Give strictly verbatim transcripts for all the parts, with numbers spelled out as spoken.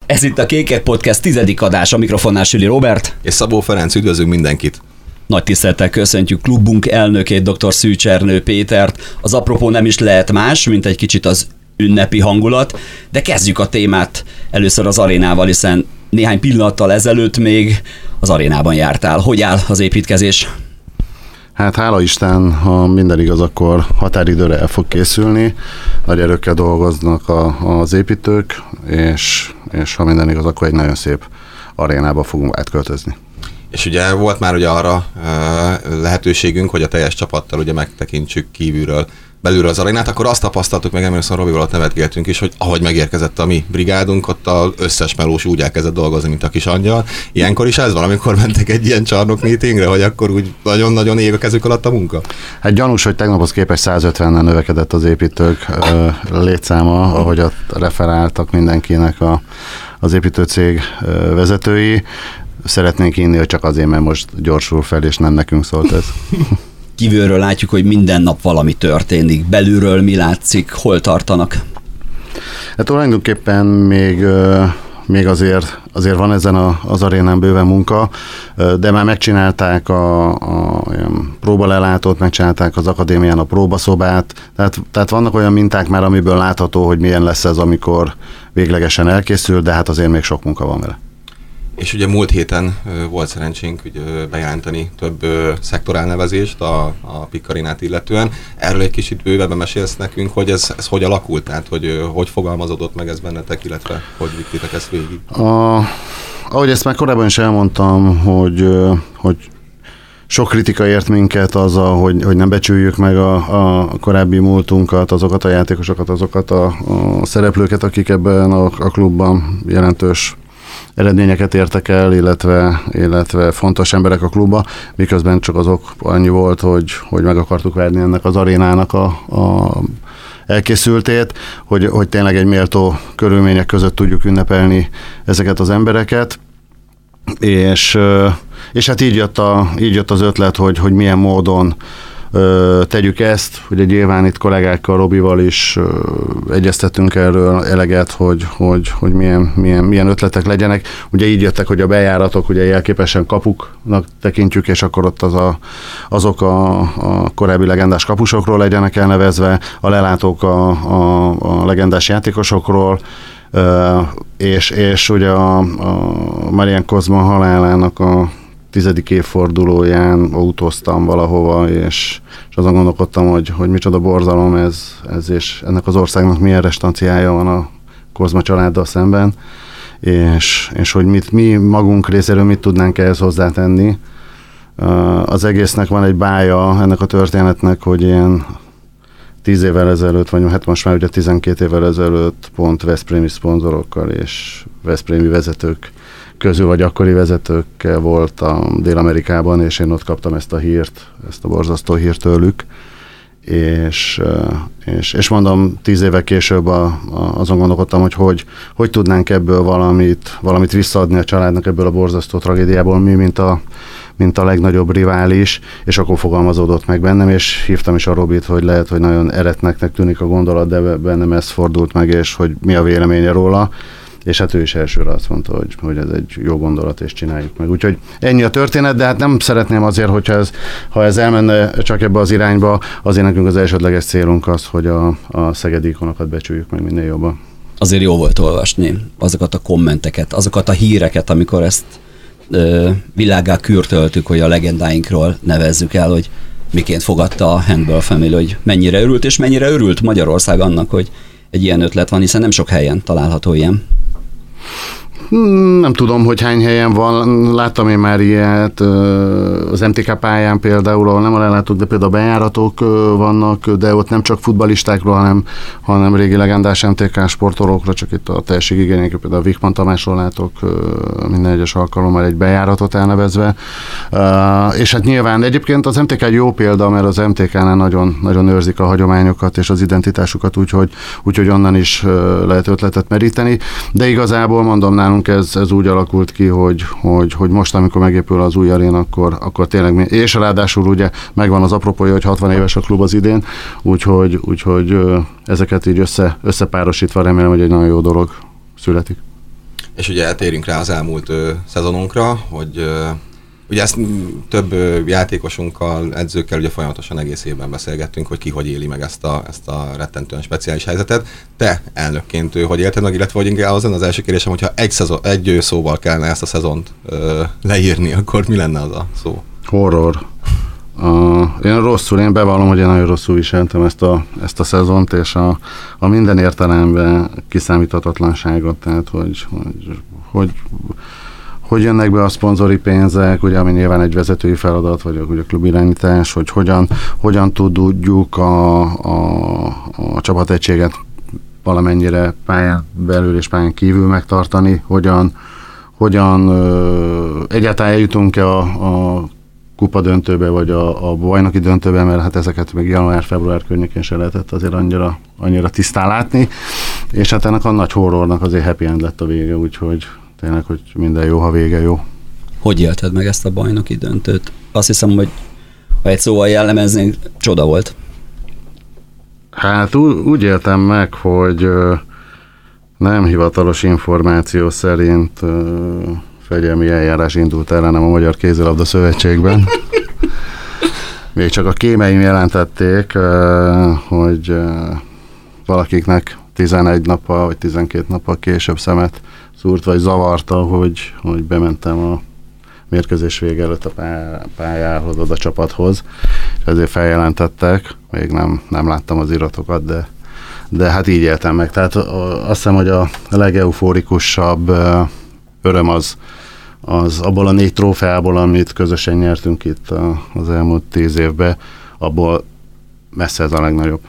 Ez itt a Kékek Podcast tizedik adás, a mikrofonnál Süli Róbert. És Szabó Ferenc, üdvözlünk mindenkit! Nagy tisztelettel köszöntjük klubunk elnökét, dr. Szűcsernő Pétert. Az apropó nem is lehet más, mint egy kicsit az ünnepi hangulat, de kezdjük a témát először az arénával, hiszen néhány pillanattal ezelőtt még az arénában jártál. Hogy áll az építkezés? Hát hála Isten, ha minden igaz, akkor határidőre el fog készülni. Nagy erőkkel dolgoznak a, az építők, és, és ha minden igaz, akkor egy nagyon szép arénába fogunk átköltözni. És ugye volt már ugye arra uh, lehetőségünk, hogy a teljes csapattal ugye megtekintsük kívülről, belülről az arénát, akkor azt tapasztaltuk meg, emlékszem, Robival ott nevetgéltünk is, hogy ahogy megérkezett a mi brigádunk, ott az összes melós úgy elkezdett dolgozni, mint a kis angyal. Ilyenkor is ez van, amikor mentek egy ilyen csarnok meetingre, hogy akkor úgy nagyon-nagyon ég a kezük alatt a munka? Hát gyanús, hogy tegnaphoz képest száz ötvennel növekedett az építők létszáma, ahogy ott referáltak mindenkinek a, az építőcég vezetői. Szeretnénk inni, hogy csak azért, mert most gyorsul fel, és nem nekünk szólt ez. Kívülről látjuk, hogy minden nap valami történik. Belülről mi látszik? Hol tartanak? Hát tulajdonképpen még, még azért, azért van ezen a, az arénán bőven munka, de már megcsinálták a, a olyan próbalelátót, megcsinálták az akadémián a próbaszobát, tehát, tehát vannak olyan minták már, amiből látható, hogy milyen lesz ez, amikor véglegesen elkészül, de hát azért még sok munka van vele. És ugye múlt héten volt szerencsénk ugye, bejelenteni több szektorálnevezést a, a Pikkarinát illetően. Erről egy kicsit bővebben mesélsz nekünk, hogy ez, ez hogy alakult, tehát hogy hogy fogalmazódott meg ez bennetek, illetve hogy vittétek ezt végig? A, ahogy ezt már korábban is elmondtam, hogy, hogy sok kritika ért minket azzal, hogy, hogy nem becsüljük meg a, a korábbi múltunkat, azokat a játékosokat, azokat a, a szereplőket, akik ebben a, a klubban jelentős eredményeket értek el, illetve, illetve fontos emberek a klubba, miközben csak azok annyi volt, hogy, hogy meg akartuk várni ennek az arénának a, a elkészültét, hogy, hogy tényleg egy méltó körülmények között tudjuk ünnepelni ezeket az embereket, és, és hát így jött, a, így jött az ötlet, hogy, hogy milyen módon Ö, tegyük ezt, ugye nyilván itt kollégákkal, Robival is ö, egyeztettünk erről eleget, hogy, hogy, hogy milyen, milyen, milyen ötletek legyenek. Ugye így jöttek, hogy a bejáratok ugye jelképesen kapuknak tekintjük, és akkor ott az a, azok a, a korábbi legendás kapusokról legyenek elnevezve, a lelátók a, a, a legendás játékosokról, ö, és, és ugye a, a Marian Kozma halálának a tizedik évfordulóján autóztam valahova, és, és azon gondolkodtam, hogy, hogy micsoda borzalom ez, ez, és ennek az országnak milyen restanciája van a Kozma családdal szemben, és, és hogy mit, mi magunk részéről mit tudnánk ehhez hozzátenni. Az egésznek van egy bája ennek a történetnek, hogy ilyen tíz évvel ezelőtt, vagy hát most már ugye tizenkét évvel ezelőtt pont veszprémi szponzorokkal és veszprémi vezetők közül, vagy akkori vezetőkkel voltam Dél-Amerikában, és én ott kaptam ezt a hírt, ezt a borzasztó hírt tőlük, és, és, és mondom, tíz évek később a, a, azon gondolkodtam, hogy, hogy hogy tudnánk ebből valamit, valamit visszaadni a családnak ebből a borzasztó tragédiából, mi, mint a, mint a legnagyobb rivális, és akkor fogalmazódott meg bennem, és hívtam is a Robit, hogy lehet, hogy nagyon eretneknek tűnik a gondolat, de bennem ez fordult meg, és hogy mi a véleménye róla. És hát ő is elsőre azt mondta, hogy, hogy ez egy jó gondolat, és csináljuk meg. Úgyhogy ennyi a történet, de hát nem szeretném azért, hogyha ez, ha ez elmenne csak ebbe az irányba, azért nekünk az elsődleges célunk az, hogy a, a szegedi ikonokat becsüljük meg minél jobban. Azért jó volt olvasni azokat a kommenteket, azokat a híreket, amikor ezt ö, világgá kürtöltük, hogy a legendáinkról nevezzük el, hogy miként fogadta a Handball Family, hogy mennyire örült, és mennyire örült Magyarország annak, hogy egy ilyen ötlet van, hiszen nem sok helyen található ilyen. Nem tudom, hogy hány helyen van, láttam én már ilyet, az em té ká pályán például, ahol nem a lelátók, de például a bejáratok vannak, de ott nem csak futballistákról, hanem, hanem régi legendás em té ká sportolókra, csak itt a teljességigényekről, például a Vikman Tamásról látok minden egyes alkalommal egy bejáratot elnevezve, és hát nyilván egyébként az em té ká egy jó példa, mert az em té ká-nál nagyon, nagyon őrzik a hagyományokat és az identitásukat, úgyhogy, úgyhogy onnan is lehet ötletet meríteni, de igazából mondom, nálunk ez, ez úgy alakult ki, hogy, hogy, hogy most, amikor megépül az új aréna, akkor, akkor tényleg, és ráadásul ugye megvan az apropója, hogy hatvan éves a klub az idén, úgyhogy, úgyhogy ezeket így össze, összepárosítva remélem, hogy egy nagyon jó dolog születik. És ugye eltérünk rá az elmúlt ö, szezonunkra, hogy ö, ugye ezt több ö, játékosunkkal, edzőkkel ugye folyamatosan egész évben beszélgettünk, hogy ki hogy éli meg ezt a, ezt a rettentően speciális helyzetet. Te elnökként ő, hogy élted meg, illetve hogy inkább az az első kérdésem, hogyha egy, szezon, egy szóval kellene ezt a szezont ö, leírni, akkor mi lenne az a szó? Horror. Uh, én rosszul, én bevallom, hogy én nagyon rosszul viseltem ezt a, ezt a szezont, és a, a minden értelemben kiszámíthatatlanságot, tehát hogy, hogy, hogy, hogy jönnek be a szponzori pénzek, ugye, ami nyilván egy vezetői feladat, vagy a, a klubirányítás, hogy hogyan, hogyan tudjuk a, a, a csapategységet valamennyire pályán belül és pályán kívül megtartani, hogyan, hogyan uh, egyáltalán eljutunk-e a, a kupa döntőbe, vagy a, a bajnoki döntőbe, mert hát ezeket még január-február környékén se lehetett azért annyira, annyira tisztán látni, és hát ennek a nagy horrornak azért happy end lett a vége, úgyhogy tényleg, hogy minden jó, ha vége jó. Hogy élted meg ezt a bajnoki döntőt? Azt hiszem, hogy ha egy szóval jellemeznénk, csoda volt. Hát ú- úgy éltem meg, hogy ö, nem hivatalos információ szerint ö, fegyelmi eljárás indult ellenem a Magyar Kézilabda Szövetségben. Még csak a kémeim jelentették, hogy valakiknek tizenegy nappal vagy tizenkét nappal később szemet szúrt, vagy zavarta, hogy, hogy bementem a mérkőzés vége előtt a pályához, oda a csapathoz, és ezért feljelentettek. Még nem, nem láttam az iratokat, de, de hát így éltem meg. Tehát azt hiszem, hogy a legeufórikusabb öröm az, az abból a négy trófeából, amit közösen nyertünk itt az elmúlt tíz évben, abból messze ez a legnagyobb.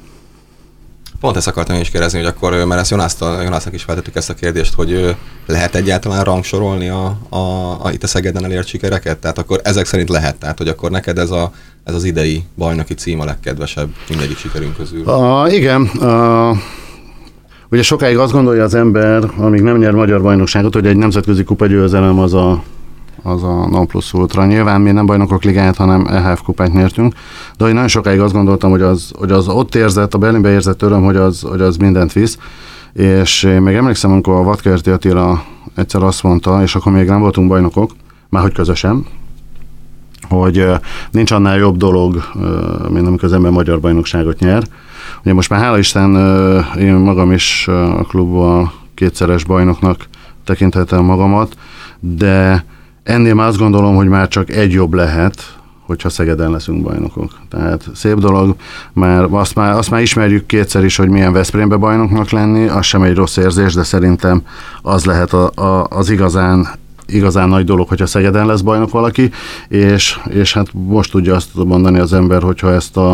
Pont ezt akartam én is kérdezni, hogy akkor, mert ezt Jonásznak is feltettük ezt a kérdést, hogy lehet egyáltalán rangsorolni a, a, a, itt a Szegeden elért sikereket? Tehát akkor ezek szerint lehet, tehát hogy akkor neked ez, a, ez az idei bajnoki cím a legkedvesebb mindegyik sikerünk közül. Uh, igen, uh, ugye sokáig azt gondolja az ember, amíg nem nyer magyar bajnokságot, hogy egy nemzetközi kupagyőzelem az a, az a non plus ultra. Nyilván mi nem bajnokok ligáját, hanem E H F kupát nyertünk, de én nagyon sokáig azt gondoltam, hogy az, hogy az ott érzett, a Berlinbe érzett öröm, hogy az, hogy az mindent visz, és én még emlékszem, amikor a Vadkerti Attila egyszer azt mondta, és akkor még nem voltunk bajnokok, már hogy közösen, hogy nincs annál jobb dolog, mint amikor az ember magyar bajnokságot nyer. Ugye most már hála Isten, én magam is a klubban kétszeres bajnoknak tekinthetem magamat, de ennél már azt gondolom, hogy már csak egy jobb lehet, hogyha Szegeden leszünk bajnokok. Tehát szép dolog, már azt, már azt már ismerjük kétszer is, hogy milyen Veszprémbe bajnoknak lenni, az sem egy rossz érzés, de szerintem az lehet a, a, az igazán igazán nagy dolog, hogyha Szegeden lesz bajnok valaki, és, és hát most tudja azt mondani az ember, hogyha ezt a,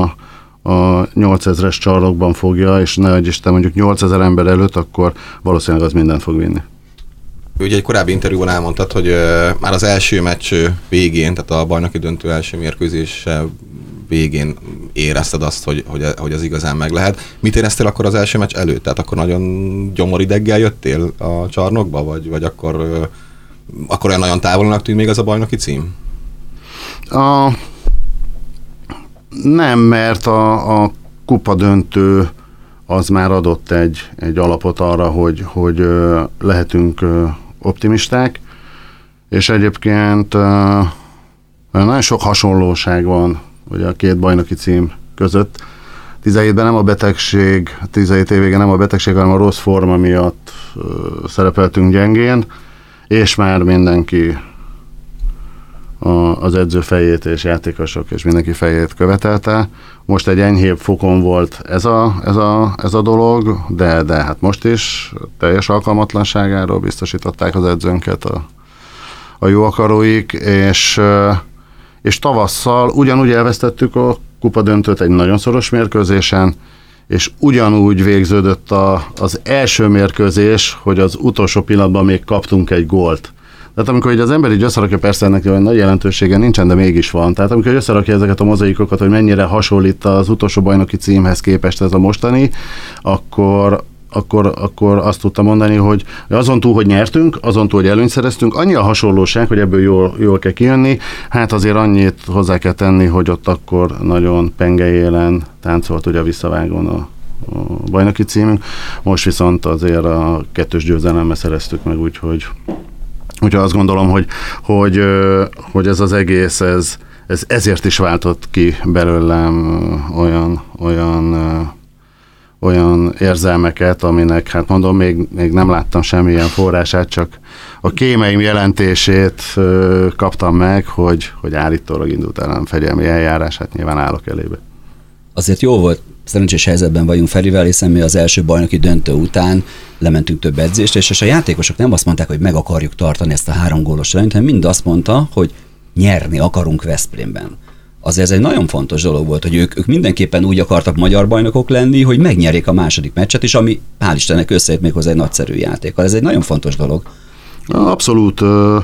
a nyolcezres csarnokban fogja, és ne adj Isten mondjuk nyolcezer ember előtt, akkor valószínűleg az mindent fog vinni. Ugye egy korábbi interjúban elmondtad, hogy uh, már az első meccs végén, tehát a bajnoki döntő első mérkőzése végén érezted azt, hogy, hogy, hogy az igazán meg lehet. Mit éreztél akkor az első meccs előtt? Tehát akkor nagyon gyomorideggel jöttél a csarnokba, vagy, vagy akkor, uh, akkor olyan nagyon távolnak tűnt még az a bajnoki cím? A, nem, mert a, a kupa döntő az már adott egy, egy alapot arra, hogy, hogy uh, lehetünk uh, optimisták, és egyébként uh, nagyon sok hasonlóság van ugye a két bajnoki cím között. tizenhétben nem a betegség, tizenhét év vége nem a betegség, hanem a rossz forma miatt uh, szerepeltünk gyengén, és már mindenki a, az edző fejét és játékosok és mindenki fejét követelte. Most egy enyhébb fokon volt ez a, ez a, ez a dolog, de, de hát most is teljes alkalmatlanságáról biztosították az edzőnket a, a jó akaróik, és, és tavasszal ugyanúgy elvesztettük a kupadöntőt egy nagyon szoros mérkőzésen, és ugyanúgy végződött a, az első mérkőzés, hogy az utolsó pillanatban még kaptunk egy gólt. Tehát amikor így az ember így összerakja, persze ennek olyan nagy jelentősége nincsen, de mégis van. Tehát amikor összerakja ezeket a mozaikokat, hogy mennyire hasonlít az utolsó bajnoki címhez képest ez a mostani, akkor, akkor, akkor azt tudtam mondani, hogy azon túl, hogy nyertünk, azon túl, hogy előnyt szereztünk, annyi a hasonlóság, hogy ebből jól, jól kell kijönni. Hát azért annyit hozzá kell tenni, hogy ott akkor nagyon pengeélen táncolt ugye a visszavágón a, a bajnoki címünk. Most viszont azért a kettős győzelemmel szereztük meg, úgyhogy, úgyhogy azt gondolom, hogy, hogy, hogy ez az egész, ez, ez ezért is váltott ki belőlem olyan, olyan olyan érzelmeket, aminek, hát mondom, még, még nem láttam semmilyen forrását, csak a kémeim jelentését ö, kaptam meg, hogy, hogy állítólag indult ellen fegyelmi eljárás, hát nyilván állok elébe. Azért jó volt, szerencsés helyzetben vagyunk Ferivel, hiszen mi az első bajnoki döntő után lementünk több edzésre, és a játékosok nem azt mondták, hogy meg akarjuk tartani ezt a három gólos előnyt, hanem mind azt mondta, hogy nyerni akarunk Veszprémben. Azért ez egy nagyon fontos dolog volt, hogy ők, ők mindenképpen úgy akartak magyar bajnokok lenni, hogy megnyerik a második meccset is, ami hál' Istennek összejött még hozzá egy nagyszerű játékkal. Ez egy nagyon fontos dolog. Abszolút. A,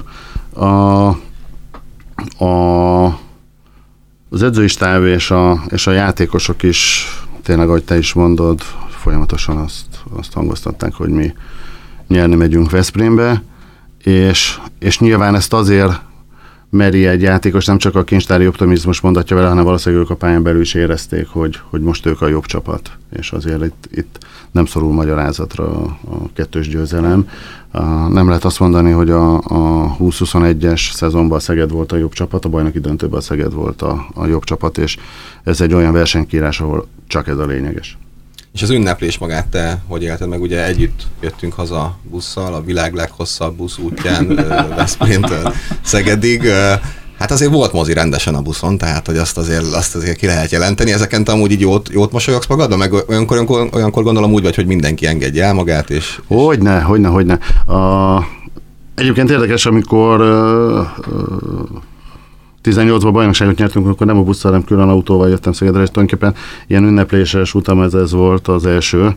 a, az edzői stáb és a, és a játékosok is, tényleg, ahogy te is mondod, folyamatosan azt, azt hangoztatták, hogy mi nyerni megyünk Veszprémbe, és, és nyilván ezt azért meri egy játékos, nem csak a kincstári optimizmus mondatja vele, hanem valószínűleg ők a pályán belül is érezték, hogy, hogy most ők a jobb csapat, és azért itt, itt nem szorul magyarázatra a, a kettős győzelem. Nem lehet azt mondani, hogy a, a húsz huszonegyes szezonban a Szeged volt a jobb csapat, a bajnoki döntőben a Szeged volt a, a jobb csapat, és ez egy olyan versenykírás, ahol csak ez a lényeges. És az ünneplés magát te hogy élted meg? Ugye együtt jöttünk haza busszal, a világ leghosszabb busz útján Veszprémtől Szegedig. Hát azért volt mozi rendesen a buszon, tehát hogy azt azért, azt azért ki lehet jelenteni. Ezeken te amúgy így jót, jót mosolyogsz magadban? Meg olyankor, olyankor, olyankor gondolom úgy vagy, hogy mindenki engedje el magát, és... és... Hogyne, hogyne, hogyne. A... Egyébként érdekes, amikor uh, uh, tizennyolcban bajnokságot nyertünk, akkor nem a busszal, hanem külön autóval jöttem Szegedre, és tulajdonképpen ilyen ünnepléses utam ez, ez volt az első.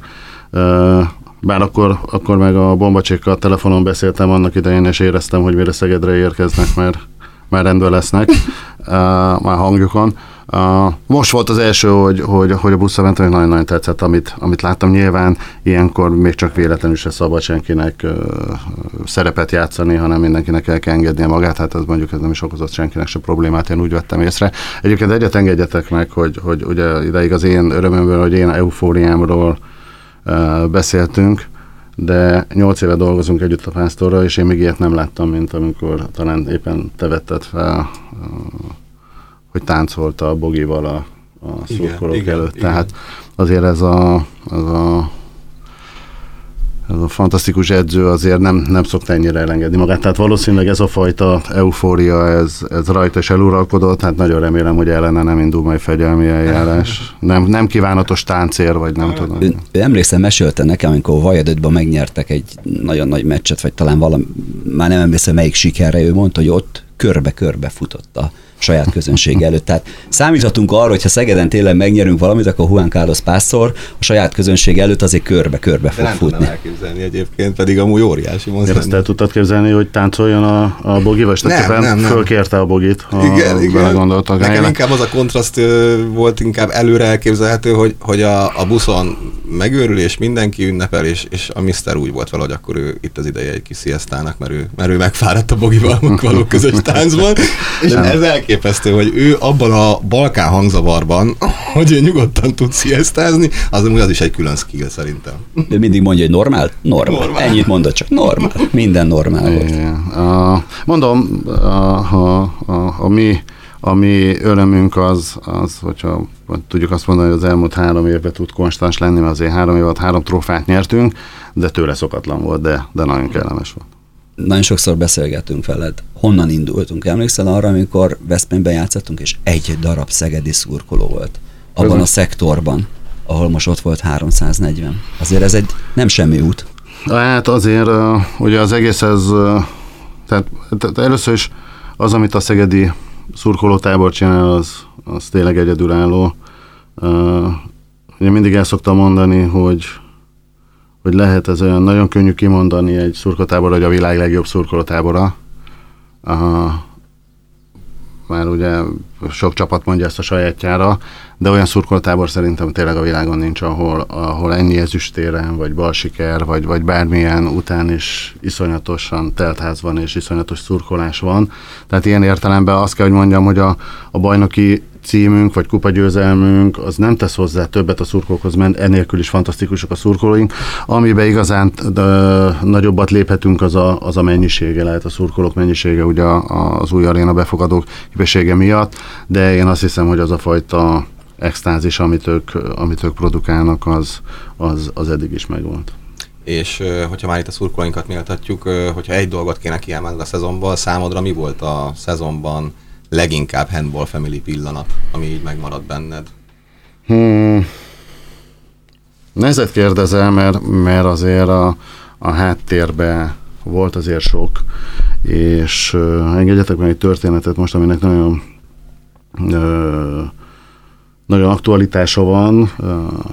Bár akkor, akkor meg a bombacsékkal telefonon beszéltem annak idején, és éreztem, hogy mire Szegedre érkeznek, mert már rendben lesznek, már hangjukon. Most volt az első, hogy, hogy, hogy a busszal mentem, hogy nagyon-nagyon tetszett, amit, amit láttam. Nyilván ilyenkor még csak véletlenül se szabad senkinek uh, szerepet játszani, hanem mindenkinek el kell engednie magát, hát ez mondjuk ez nem is okozott senkinek se problémát, én úgy vettem észre. Egyébként egyet engedjetek meg, hogy, hogy ugye ideig az én örömömből, hogy én eufóriámról uh, beszéltünk, de nyolc éve dolgozunk együtt a Pásztorral, és én még ilyet nem láttam, mint amikor talán éppen te vetted fel, uh, hogy táncolta a Bogival a, a szurkolók előtt. Igen. Tehát azért ez a, ez a, ez a fantasztikus edző azért nem, nem szokta ennyire elengedni magát. Tehát valószínűleg ez a fajta eufória, ez, ez rajta is eluralkodott, hát nagyon remélem, hogy ellene nem indul majd fegyelmi eljárás. Nem, nem kívánatos táncér, vagy nem tudom. Ő, emlékszem, mesélte nekem, amikor Valladolidban megnyertek egy nagyon nagy meccset, vagy talán valami, már nem emlékszem, melyik sikerre, ő mondta, hogy ott körbe-körbe futott a saját közönség előtt. Tehát számíthatunk arra, hogy ha Szegeden tényleg megnyerünk valamit, akkor Juan Carlos Pásztor a saját közönség előtt azért körbe-körbe fog futni. De nem tudnám elképzelni egyébként, pedig amúgy óriási mozdulás. Én ezt el tudtad képzelni, hogy táncoljon a, a Bogi, vagy nem, nem, nem. Fölkérte a Bogit, ha igen, igen. gondoltak. Nekem inkább az a kontraszt volt inkább előre elképzelhető, hogy, hogy a, a buszon megőrül, és mindenki ünnepel, és, és a miszter úgy volt vele, hogy akkor ő itt az ideje egy kis sziasztának, mert ő, mert ő megfáradt a Bogival való közös táncban, és nem. Ez elképesztő, hogy ő abban a balkán hangzavarban, hogy ő nyugodtan tud sziasztázni, az az is egy külön skill szerintem. Ő mindig mondja, hogy normál? Normál. normál. Ennyit mondott, csak normál. Minden normál volt. Uh, mondom, uh, a, a, a mi A mi örömünk az, az, hogyha tudjuk azt mondani, hogy az elmúlt három évben tud konstans lenni, mert azért három évet három trófát nyertünk, de tőle szokatlan volt, de, de nagyon kellemes volt. Nagyon sokszor beszélgettünk veled. Honnan indultunk? Emlékszel arra, amikor Veszprémben játszottunk, és egy darab szegedi szurkoló volt abban Közben? a szektorban, ahol most ott volt háromszáznegyven. Azért ez egy nem semmi út. Hát azért ugye az egész ez, tehát, tehát először is az, amit a szegedi szurkolótábor csinál, az, az tényleg egyedülálló. Uh, ugye mindig el szoktam mondani, hogy, hogy lehet ez olyan nagyon könnyű kimondani egy szurkolótábor, hogy a világ legjobb szurkolótábora. Uh, már ugye sok csapat mondja ezt a sajátjára, de olyan szurkolótábor szerintem tényleg a világon nincs, ahol, ahol ennyi ezüstéren, vagy balsiker, vagy, vagy bármilyen után is iszonyatosan teltház van, és iszonyatos szurkolás van. Tehát ilyen értelemben azt kell, hogy mondjam, hogy a, a bajnoki címünk, vagy kupagyőzelmünk, az nem tesz hozzá többet a szurkolókhoz, mert enélkül is fantasztikusak a szurkolóink. Amiben igazán de, nagyobbat léphetünk, az a, az a mennyisége, lehet a szurkolók mennyisége, ugye az új aréna befogadók képessége miatt, de én azt hiszem, hogy az a fajta extázis, amit ők, amit ők produkálnak, az, az, az eddig is megvolt. És hogyha már itt a szurkolóinkat méltatjuk, hogyha egy dolgot kéne kiemelni a szezonban, számodra mi volt a szezonban leginkább Handball Family pillanat, ami így megmaradt benned? Hmm. Nehezet kérdezel, mert, mert azért a, a háttérben volt azért sok, és uh, engedjetek meg egy történetet most, aminek nagyon uh, nagyon aktualitása van. Uh,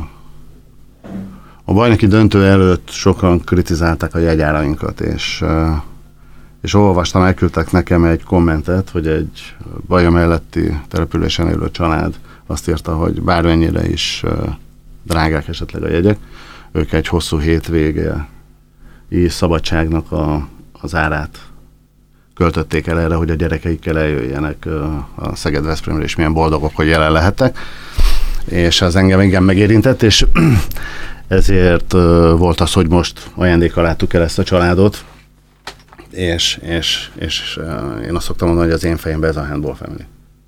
a bajnoki döntő előtt sokan kritizálták a jegyárainkat, és uh, és olvastam, elküldtek nekem egy kommentet, hogy egy Baja melletti településen élő család azt írta, hogy bármennyire is uh, drágák esetleg a jegyek, ők egy hosszú hétvége szabadságnak a, az árát költötték el erre, hogy a gyerekeikkel eljöjjenek uh, a Szeged-Veszprémre, és milyen boldogok, hogy jelen lehettek. És az engem igen megérintett, és ezért uh, volt az, hogy most ajándékkal láttuk el ezt a családot, és, és, és uh, én azt szoktam mondani, hogy az én fejemben ez a Handball Family.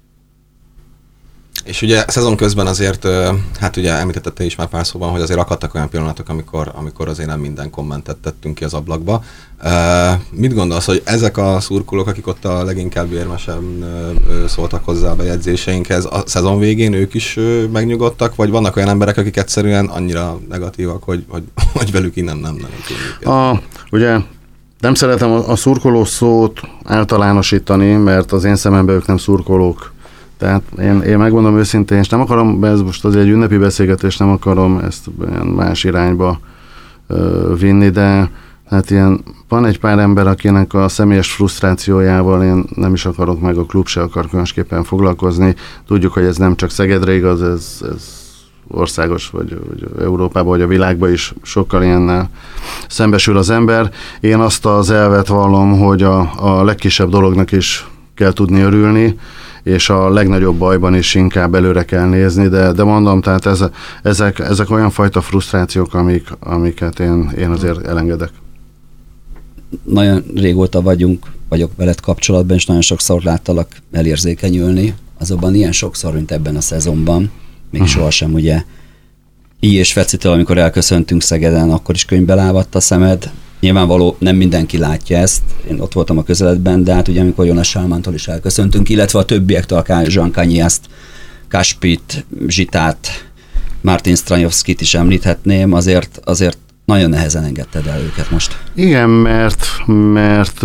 És ugye szezon közben azért, hát ugye említetted te is már pár szóban, hogy azért akadtak olyan pillanatok, amikor, amikor azért nem minden kommentet tettünk ki az ablakba. Uh, mit gondolsz, hogy ezek a szurkolók, akik ott a leginkább érmesen uh, szóltak hozzá a bejegyzéseinkhez, a szezon végén ők is uh, megnyugodtak, vagy vannak olyan emberek, akik egyszerűen annyira negatívak, hogy, hogy, hogy velük innen nem nem tudjuk? A, ugye nem szeretem a, a szurkoló szót általánosítani, mert az én szememben ők nem szurkolók. Tehát én, én megmondom őszintén, és nem akarom, ez most azért egy ünnepi beszélgetés, nem akarom ezt más irányba ö, vinni, de hát ilyen, van egy pár ember, akinek a személyes frusztrációjával én nem is akarok, meg a klub se akar különösképpen foglalkozni. Tudjuk, hogy ez nem csak Szegedre igaz, ez, ez országos, vagy, vagy Európában, vagy a világban is sokkal ilyennel szembesül az ember. Én azt az elvet vallom, hogy a, a legkisebb dolognak is kell tudni örülni, és a legnagyobb bajban is inkább előre kell nézni, de, de mondom, tehát ez, ezek, ezek olyan fajta frusztrációk, amik, amiket én, én azért elengedek. Nagyon régóta vagyunk, vagyok veled kapcsolatban, és nagyon sokszor láttalak elérzékenyülni, azonban ilyen sokszor, mint ebben a szezonban, még uh-huh. sohasem ugye I. és Fecitől, amikor elköszöntünk Szegeden, akkor is könyvbe lávadt a szemed. Nyilvánvaló, nem mindenki látja ezt, én ott voltam a közeledben, de hát ugye amikor Jonas Salmántól is elköszöntünk, illetve a többiektől, Jean Kanyaszt, Kaspit, Zsitát, Martin Stranyovskit is említhetném, azért, azért nagyon nehezen engedted el őket most. Igen, mert, mert,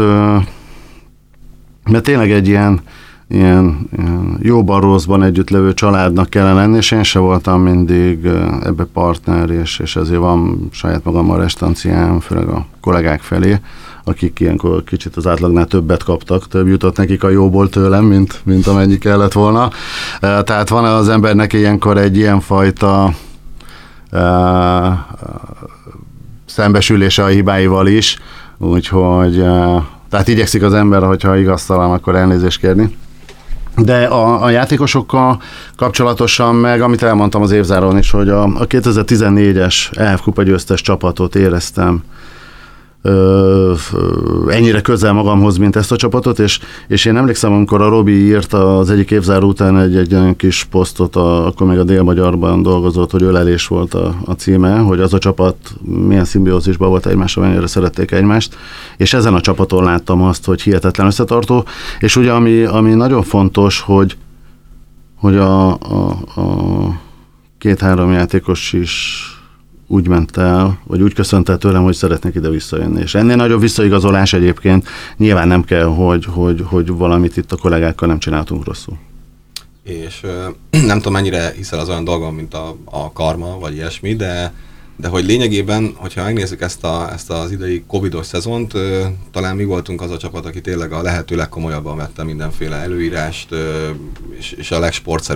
mert tényleg egy ilyen, ilyen, ilyen jóban rosszban együttlevő családnak kellene lenni, és én se voltam mindig ebbe partner, és, és ezért van saját magammal restanciám, főleg a kollégák felé, akik ilyenkor kicsit az átlagnál többet kaptak, több jutott nekik a jóból tőlem, mint, mint amennyi kellett volna. Tehát van az embernek ilyenkor egy ilyenfajta uh, szembesülése a hibáival is, úgyhogy uh, tehát igyekszik az ember, hogyha igaztalan, akkor elnézést kérni. De a, a játékosokkal kapcsolatosan meg, amit elmondtam az évzáron is, hogy a, a kétezer-tizennégyes é ef kupa győztes csapatot éreztem ö, ö, ennyire közel magamhoz, mint ezt a csapatot, és, és én emlékszem, amikor a Robi írta az egyik évzáró után egy, egy olyan kis posztot, a, akkor még a Dél-Magyarban dolgozott, hogy ölelés volt a, a címe, hogy az a csapat milyen szimbiózisban volt egymással, mennyire szerették egymást, és ezen a csapaton láttam azt, hogy hihetetlen összetartó, és ugye ami, ami nagyon fontos, hogy, hogy a, a, a két-három játékos is úgy ment el, vagy úgy köszönt el tőlem, hogy szeretnék ide visszajönni. És ennél nagyobb visszaigazolás egyébként nyilván nem kell, hogy, hogy, hogy valamit itt a kollégákkal nem csináltunk rosszul. És euh, nem tudom, mennyire hiszel az olyan dolgon, mint a, a karma, vagy ilyesmi, de, de hogy lényegében, hogyha megnézzük ezt, a, ezt az idei covidos szezont, euh, talán mi voltunk az a csapat, aki tényleg a lehető legkomolyabban vette mindenféle előírást, euh, és, és a legsportszerűbb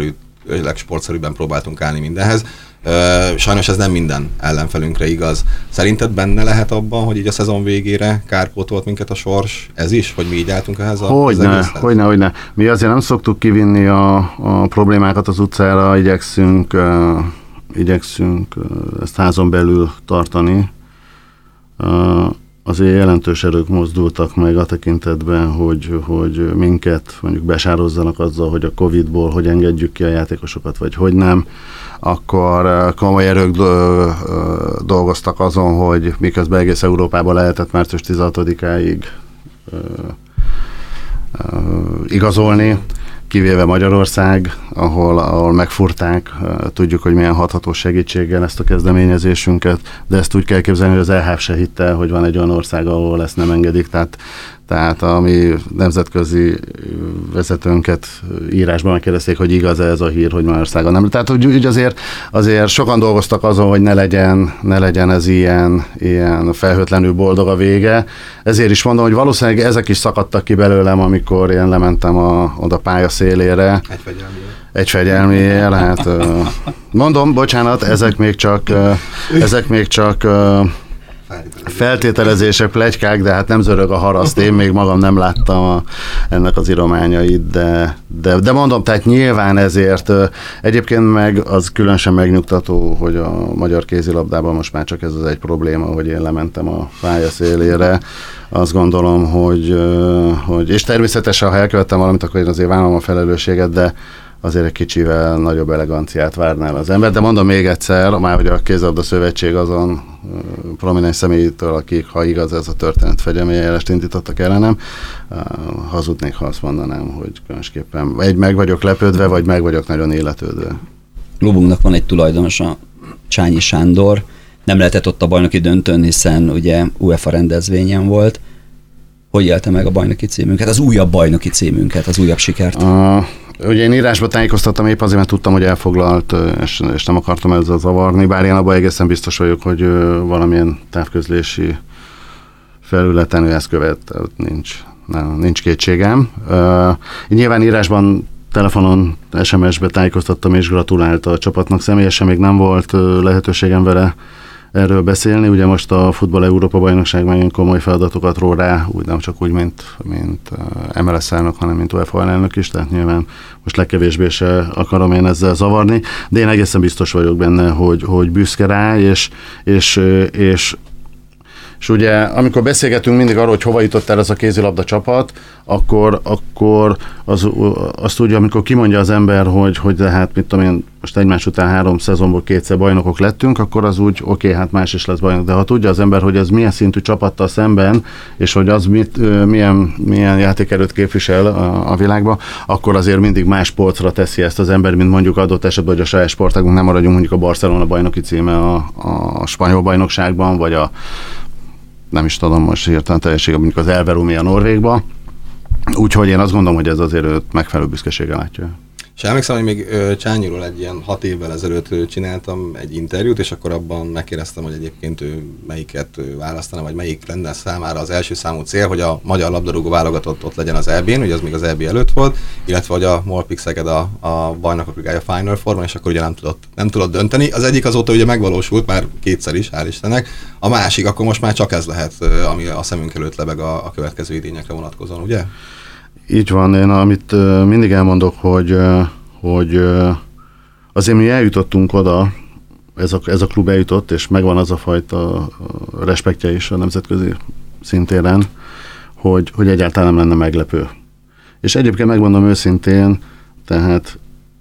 legsportszerűbben próbáltunk állni mindenhez. Sajnos ez nem minden ellenfelünkre igaz. Szerinted benne lehet abban, hogy így a szezon végére kárpótolt minket a sors? Ez is, hogy mi így álltunk ehhez a Hogyne, hogyne, hogyne. Mi azért nem szoktuk kivinni a, a problémákat az utcára, igyekszünk, uh, igyekszünk uh, ezt házon belül tartani. Uh, azért jelentős erők mozdultak meg a tekintetben, hogy, hogy minket mondjuk besározzanak azzal, hogy a Covidból hogy engedjük ki a játékosokat, vagy hogy nem. Akkor komoly erők dolgoztak azon, hogy miközben egész Európában lehetett március tizenhatodikáig igazolni, kivéve Magyarország, ahol, ahol megfurták, tudjuk, hogy milyen hathatós segítséggel ezt a kezdeményezésünket, de ezt úgy kell képzelni, hogy az é há ef se hitte, hogy van egy olyan ország, ahol ezt nem engedik, tehát, tehát a mi nemzetközi vezetőnket írásban megkérdezték, hogy igaz ez a hír, hogy Magyarországon nem. Tehát úgy, úgy azért, azért sokan dolgoztak azon, hogy ne legyen, ne legyen ez ilyen, ilyen felhőtlenül boldog a vége. Ezért is mondom, hogy valószínűleg ezek is szakadtak ki belőlem, amikor én lementem a, oda pálya szélére. Egy fegyelmi. Egy fegyelmi él, hát mondom, bocsánat, ezek még csak, ezek még csak feltételezések, pletykák, de hát nem zörög a haraszt, én még magam nem láttam a, ennek az írományait, de, de, de mondom, tehát nyilván ezért egyébként meg az különösen megnyugtató, hogy a magyar kézilabdában most már csak ez az egy probléma, hogy én lementem a pálya szélére. Azt gondolom, hogy, hogy és természetesen, ha elkövettem valamit, akkor én azért vállalom a felelősséget, de azért egy kicsivel nagyobb eleganciát várnál az ember. De mondom még egyszer, már hogy a Kézilabda Szövetség azon prominens személytől, akik, ha igaz ez a történet, fegyelmi eljárást indítottak ellenem, hazudnék, ha azt mondanám, hogy különösképpen egy meg vagyok lepődve, vagy meg vagyok nagyon illetődve. Klubunknak van egy tulajdonosa, Csányi Sándor. Nem lehetett ott a bajnoki döntőn, hiszen ugye UEFA rendezvényen volt. Hogy élte meg a bajnoki címünket, az újabb bajnoki címünket, az újabb sikert? Uh, ugye én írásba tájékoztattam épp azért, mert tudtam, hogy elfoglalt, és, és nem akartam ezzel zavarni, bár én abban egészen biztos vagyok, hogy uh, valamilyen távközlési felületen ő ezt követ, nincs, nem, nincs kétségem. Uh, én nyilván írásban, telefonon, es em es-be tájékoztattam és gratulált a csapatnak, személyesen még nem volt uh, lehetőségem vele erről beszélni. Ugye most a Futball Európa bajnokság nagyon komoly feladatokat ró rá, úgy nem csak úgy, mint, mint em el es elnök, hanem mint UEFA elnök is, tehát nyilván most legkevésbé se akarom én ezzel zavarni, de én egészen biztos vagyok benne, hogy, hogy büszke rá, és, és, és És ugye, amikor beszélgetünk mindig arról, hogy hova jutott el ez a kézilabda csapat, akkor, akkor az, azt úgy, amikor kimondja az ember, hogy, hogy de hát mit tudom én, most egymás után három szezonból kétszer bajnokok lettünk, akkor az úgy, oké, okay, hát más is lesz bajnok. De ha tudja az ember, hogy ez milyen szintű csapattal szemben, és hogy az mit, milyen, milyen játékerőt képvisel a, a világban, akkor azért mindig más polcra teszi ezt az ember, mint mondjuk adott esetben, hogy a saját sportágunk, nem maradjunk mondjuk a Barcelona bajnoki címe a, a spanyol bajnokságban, vagy a nem is tudom most hirtelen teljessége, mondjuk az Elverumi a Norvégba. Úgyhogy én azt gondolom, hogy ez azért őt megfelelő büszkeséggel látja. És emlékszem, hogy még ö, Csányiról egy ilyen hat évvel ezelőtt ö, csináltam egy interjút, és akkor abban megkérdeztem, hogy egyébként ő melyiket ő választana, vagy melyik lenne számára az első számú cél, hogy a magyar labdarúgó válogatott ott legyen az é bén, ugye az még az é bé előtt volt, illetve hogy a Molpix Szeged a, a bajnokok ligája Final Fourban, és akkor ugye nem tudott, nem tudott dönteni. Az egyik azóta ugye megvalósult, már kétszer is, hál' Istennek. A másik, akkor most már csak ez lehet, ami a szemünk előtt lebeg a, a következő idényekre vonatkozóan, ugye? Így van, én amit uh, mindig elmondok, hogy, uh, hogy uh, azért mi eljutottunk oda, ez a, ez a klub eljutott, és megvan az a fajta uh, respektje is a nemzetközi szintéren, hogy, hogy egyáltalán nem lenne meglepő. És egyébként megmondom őszintén, tehát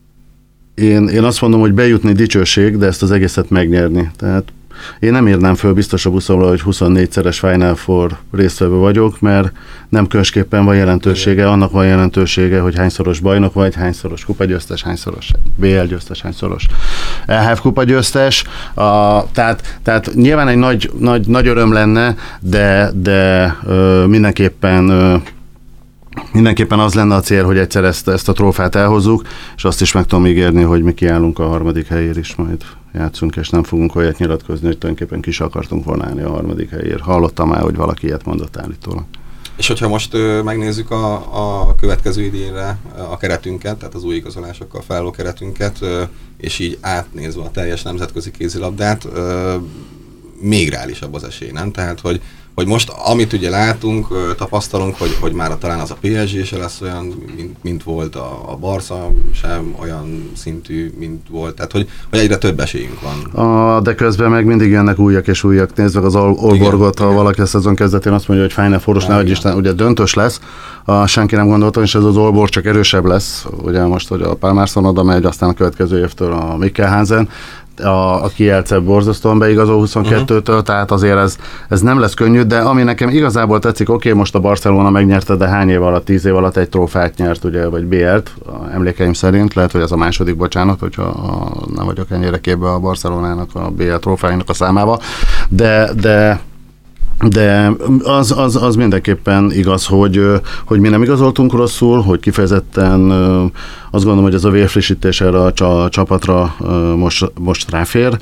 én, én azt mondom, hogy bejutni dicsőség, de ezt az egészet megnyerni. Tehát én nem írnám föl biztos a buszomra, hogy huszonnégyszeres Final Four résztvevő vagyok, mert nem különösképpen van jelentősége, annak van jelentősége, hogy hányszoros bajnok vagy, hányszoros kupagyőztes, hányszoros bé el győztes, hányszoros é há ef kupagyőztes. A, tehát, tehát nyilván egy nagy, nagy, nagy öröm lenne, de, de ö, mindenképpen ö, Mindenképpen az lenne a cél, hogy egyszer ezt, ezt a trófát elhozzuk, és azt is meg tudom ígérni, hogy mi kiállunk a harmadik helyért is, majd játszunk, és nem fogunk olyat nyilatkozni, hogy tulajdonképpen ki is akartunk volna állni a harmadik helyért. Hallottam már, hogy valaki ilyet mondott állítólag. És hogyha most ö, megnézzük a, a következő idénre a keretünket, tehát az új igazolásokkal felálló keretünket, ö, és így átnézve a teljes nemzetközi kézilabdát, ö, még reálisabb az esély, nem? Tehát, hogy, hogy most, amit ugye látunk, ö, tapasztalunk, hogy, hogy már talán az a pé es gé se lesz olyan, mint, mint volt a, a Barca, sem olyan szintű, mint volt, tehát, hogy, hogy egyre több esélyünk van. A, de közben meg mindig jönnek újak és újak. Nézd meg az Olborgot, ha valaki a szezon kezdetén azt mondja, hogy Final Four-os, nehogy Isten, ugye döntős lesz, a, senki nem gondolta, és ez az Olborg csak erősebb lesz, ugye most, hogy a Palmarsson oda megy, aztán a következő évtől a Mikkelhansen, a, a Kielce borzasztóan beigazol huszonkettőtől, uh-huh. tehát azért ez, ez nem lesz könnyű, de ami nekem igazából tetszik, oké, okay, most a Barcelona megnyerte, de hány év alatt, tíz év alatt egy trófát nyert, ugye, vagy bé el-t, emlékeim szerint, lehet, hogy ez a második, bocsánat, hogyha a, nem vagyok ennyire képbe a Barcelonának a bé el trófáinak a számával, de, de De az, az, az mindenképpen igaz, hogy, hogy mi nem igazoltunk rosszul, hogy kifejezetten azt gondolom, hogy ez a vérfrissítés erre a csapatra most, most ráfér.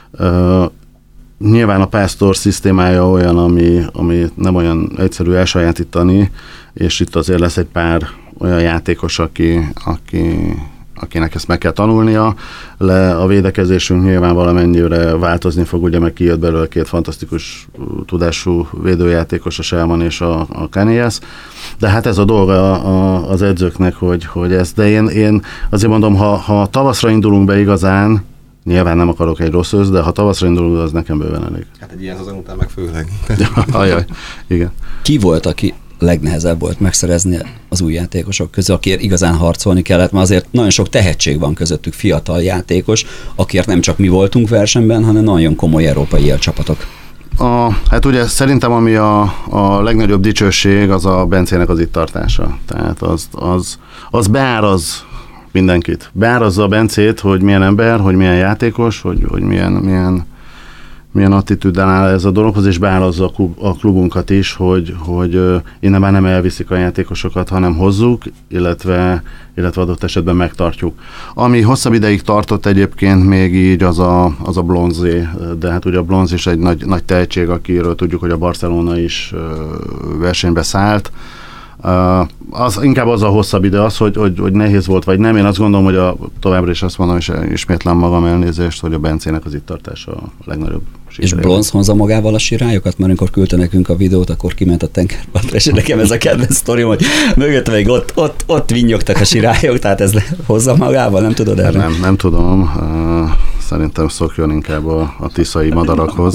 Nyilván a Pásztor szisztémája olyan, ami, ami nem olyan egyszerű elsajátítani, és itt azért lesz egy pár olyan játékos, aki, aki akinek ezt meg kell tanulnia, le a védekezésünk nyilván valamennyire változni fog, ugye meg kijött belőle két fantasztikus tudású védőjátékos, a Selman és a, a Kanias, de hát ez a dolga a, az edzőknek, hogy, hogy ez, de én, én azért mondom, ha, ha tavaszra indulunk be igazán, nyilván nem akarok egy rossz ősz, de ha tavaszra indulunk, az nekem bőven elég. Hát egy ilyen azon után meg főleg. Ajaj, igen. Ki volt, aki legnehezebb volt megszerezni az új játékosok közül, akiért igazán harcolni kellett, mert azért nagyon sok tehetség van közöttük, fiatal játékos, akiért nem csak mi voltunk versenyben, hanem nagyon komoly európai élcsapatok. A, hát ugye szerintem ami a, a legnagyobb dicsőség, az a Bencének az itt tartása. Tehát az, az, az beáraz mindenkit. Beárazza a Bencét, hogy milyen ember, hogy milyen játékos, hogy, hogy milyen, milyen milyen attitűddel áll ez a dologhoz, és beállazza a, klub, a klubunkat is, hogy, hogy innen már nem elviszik a játékosokat, hanem hozzuk, illetve, illetve adott esetben megtartjuk. Ami hosszabb ideig tartott egyébként még így az a, az a Blonzé, de hát ugye a Blonz is egy nagy, nagy tehetség, akiről tudjuk, hogy a Barcelona is versenybe szállt. Uh, az, inkább az a hosszabb ide az, hogy, hogy, hogy nehéz volt, vagy nem. Én azt gondolom, hogy a, továbbra is azt mondom, és ismétlem magam elnézést, hogy a Bencének az itt tartása a legnagyobb sikerében. És Blonz hozza magával a sirályokat? Mert amikor küldte nekünk a videót, akkor kiment a tengerpartra, és nekem ez a kedvenc sztorim, hogy mögött még ott, ott, ott vinnyogtak a sirályok, tehát ez hozza magával, nem tudod erre? Nem, nem tudom. Uh, Szerintem szokjon inkább a, a tiszai madarakhoz.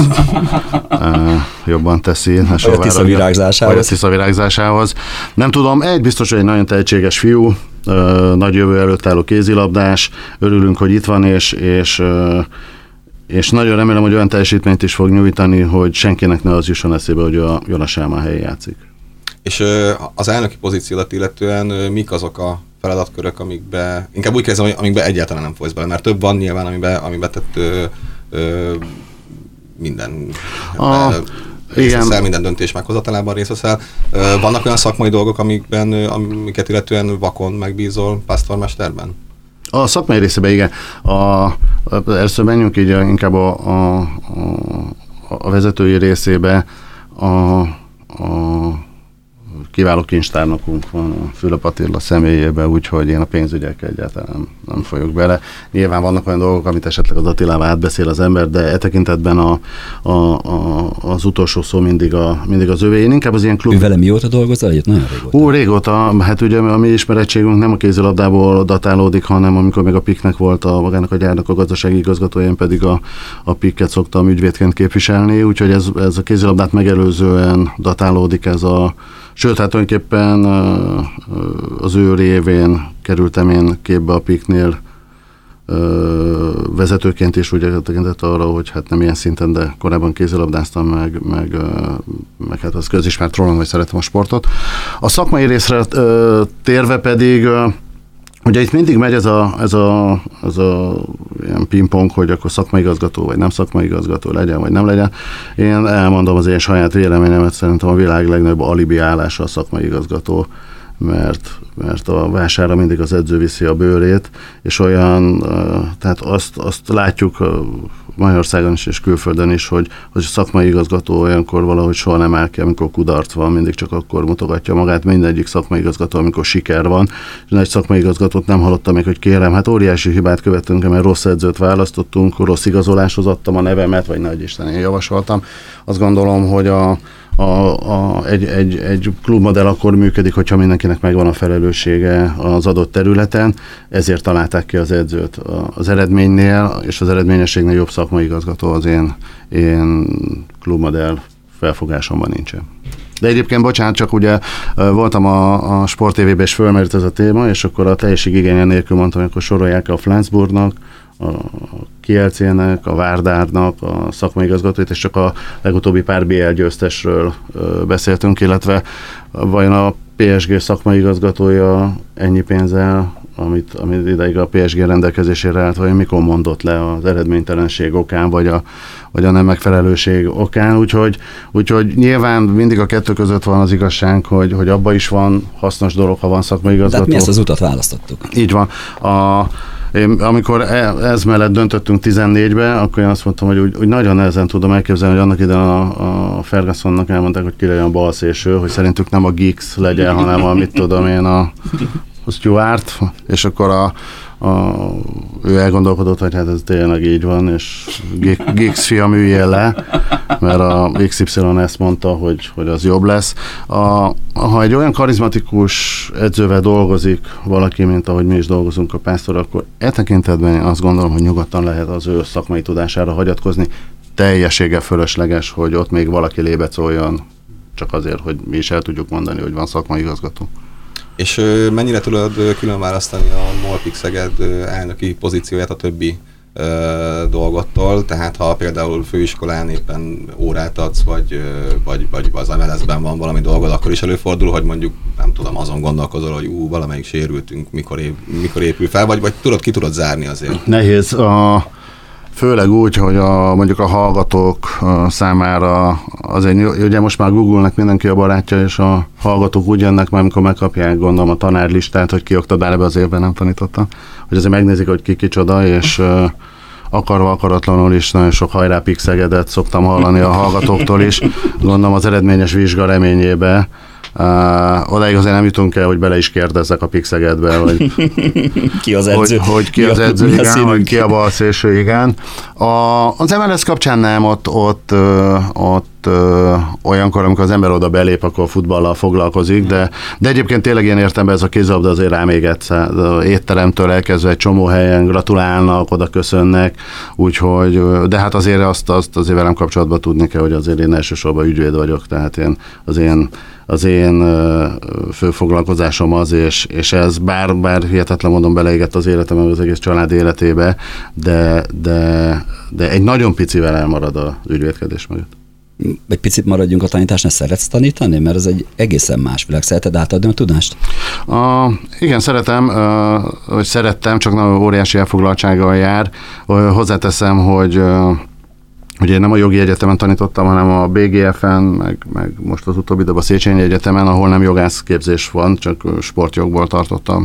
E, jobban teszi. Vagy a Tisza virágzásához. Vagy a Tisza virágzásához. Nem tudom, egy biztos, hogy egy nagyon tehetséges fiú, e, nagy jövő előtt álló kézilabdás, örülünk, hogy itt van, és, és, e, és nagyon remélem, hogy olyan teljesítményt is fog nyújtani, hogy senkinek ne az jusson eszébe, hogy a Jonas Selman helyén játszik. És az elnöki pozíciót illetően mik azok a feladatkörök, amikbe, inkább úgy kezdem, hogy amikbe egyáltalán nem folysz bele, mert több van nyilván, amiben, amiben tett ö, ö, minden a, részeszel, minden döntés meghozatalában részeszel. Vannak olyan szakmai dolgok, amikben, amiket illetően vakon megbízol pásztormesterben? A szakmai részében igen. A, a, először menjünk így a, inkább a, a, a, a vezetői részébe. A, a kiváló kincstárnokunk van a Fülöp Attila személyében, úgyhogy én a pénzügyekkel egyáltalán nem, nem folyok bele. Nyilván vannak olyan dolgok, amit esetleg az Attilával átbeszél az ember, de e tekintetben a, a, a, az utolsó szó mindig, a, mindig az övé. Én inkább az ilyen klub... Ő vele mióta dolgozol? Egyet nagyon régóta. Ó, régóta. Hát ugye a mi ismerettségünk nem a kézilabdából datálódik, hanem amikor még a pé i ká-nek volt a magának a gyárnak a gazdasági igazgatója, én pedig a, a pé i ká-t szoktam ügyvédként képviselni, úgyhogy ez, ez a kézilabdát megelőzően datálódik ez a. Sőt, hát tulajdonképpen az ő révén kerültem én képbe a pé i ká-nél vezetőként is, ugye tekintett arra, hogy hát nem ilyen szinten, de korábban kézilabdáztam, meg, meg, meg hát az közismert rólam, hogy szeretem a sportot. A szakmai részre térve pedig, ugye itt mindig megy ez a, ez a, ez a ilyen pingpong, hogy akkor szakmai igazgató, vagy nem szakmai igazgató legyen, vagy nem legyen. Én elmondom az én saját véleményemet, szerintem a világ legnagyobb alibi állása a szakmai igazgató, mert, mert a vására mindig az edző viszi a bőrét, és olyan, tehát azt, azt látjuk Magyarországon is és külföldön is, hogy, hogy a szakmai igazgató olyankor valahogy soha nem áll ki, amikor kudarc van, mindig csak akkor mutogatja magát, mindegyik szakmai igazgató, amikor siker van. És nagy szakmai igazgatót nem hallottam még, hogy kérem, hát óriási hibát követtünk, mert rossz edzőt választottunk, rossz igazoláshoz adtam a nevemet, vagy nagy Isten, én javasoltam. Azt gondolom, hogy a A, a, egy, egy, egy klubmodell akkor működik, hogyha mindenkinek megvan a felelőssége az adott területen, ezért találták ki az edzőt. Az eredménynél és az eredményességnél jobb szakmai igazgató az én, én klubmodell felfogásomban nincsen. De egyébként, bocsánat, csak ugye voltam a, a Sport té vében, és fölmerült ez a téma, és akkor a teljesség igénye nélkül mondtam, hogy akkor sorolják a Flensburgnak, a Kielcének, a Várdárnak, a szakmai igazgatóit, és csak a legutóbbi pár bé el győztesről beszéltünk, illetve vajon a pé es gé szakmai igazgatója ennyi pénzzel, amit, amit ideig a pé es gé rendelkezésére állt, vagy mikor mondott le az eredménytelenség okán, vagy a, vagy a nem megfelelőség okán, úgyhogy, úgyhogy nyilván mindig a kettő között van az igazság, hogy, hogy abba is van hasznos dolog, ha van szakmai igazgató. De hát mi ezt az utat választottuk. Így van. A, Én, amikor ez mellett döntöttünk tizennégybe, akkor én azt mondtam, hogy úgy, úgy nagyon nehezen tudom elképzelni, hogy annak idején a, a Fergusonnak elmondták, hogy ki legyen a balszélső, hogy szerintük nem a Giggs legyen, hanem a, mit tudom én, a Stuart, és akkor a, a, ő elgondolkodott, hogy hát ez tényleg így van, és Giggs fiam üljél le, mert a iksz ipszilon ezt mondta, hogy, hogy az jobb lesz. A, ha egy olyan karizmatikus edzővel dolgozik valaki, mint ahogy mi is dolgozunk a Pásztor, akkor e tekintetben én azt gondolom, hogy nyugodtan lehet az ő szakmai tudására hagyatkozni. Teljességgel fölösleges, hogy ott még valaki lébecoljon, csak azért, hogy mi is el tudjuk mondani, hogy van szakmai igazgató. És ö, mennyire tudod külön választani a MOL-Pik Szeged elnöki pozícióját a többi ö, dolgottól? Tehát ha például főiskolán éppen órát adsz, vagy, ö, vagy, vagy az em el es-ben van valami dolgod, akkor is előfordul, hogy mondjuk, nem tudom, azon gondolkozol, hogy ú, valamelyik sérültünk, mikor, ép, mikor épül fel, vagy, vagy tudod, ki tudod zárni azért? Nehéz. A... Főleg úgy, hogy a, mondjuk a hallgatók számára azért, ugye most már Google-nek mindenki a barátja, és a hallgatók úgy jönnek, már amikor megkapják, gondolom, a tanárlistát, hogy ki oktatál ebbe az évben, nem tanítottam, hogy azért megnézik, hogy ki kicsoda, és uh, akarva akaratlanul is nagyon sok hajrá Pik Szegedet szoktam hallani a hallgatóktól is, gondolom az eredményes vizsga reményébe. Uh, odáig azért nem jutunk el, hogy bele is kérdezzek a Pik Szegedbe, hogy ki az edző, hogy, hogy ki az edző, igen, hogy ki a balszélső, igen. A, az em el es kapcsán nem, ott, ott, ott ö, olyankor, amikor az ember oda belép, akkor futballal foglalkozik, de, de egyébként tényleg ilyen értelemben ez a kézilabda azért ráméget, étteremtől elkezdve egy csomó helyen gratulálnak, oda köszönnek, úgyhogy, de hát azért azt, azt azért velem kapcsolatban tudni kell, hogy azért én elsősorban ügyvéd vagyok, tehát én, az én az én fő foglalkozásom az, és, és ez bár, bár hihetetlen módon beleégett az életem, az egész család életébe, de, de, de egy nagyon picivel elmarad az ügyvédkedés mögött. Egy picit maradjunk a tanításnál, szeretsz tanítani? Mert ez egy egészen más világ. Szereted átadni a tudást? A, igen, szeretem, hogy szerettem, csak nagyon óriási elfoglaltsággal jár. Hozzáteszem, hogy ugye én nem a jogi egyetemen tanítottam, hanem a bé gé ef-en, meg, meg most az utóbbi időben a Széchenyi Egyetemen, ahol nem jogászképzés van, csak sportjogból tartottam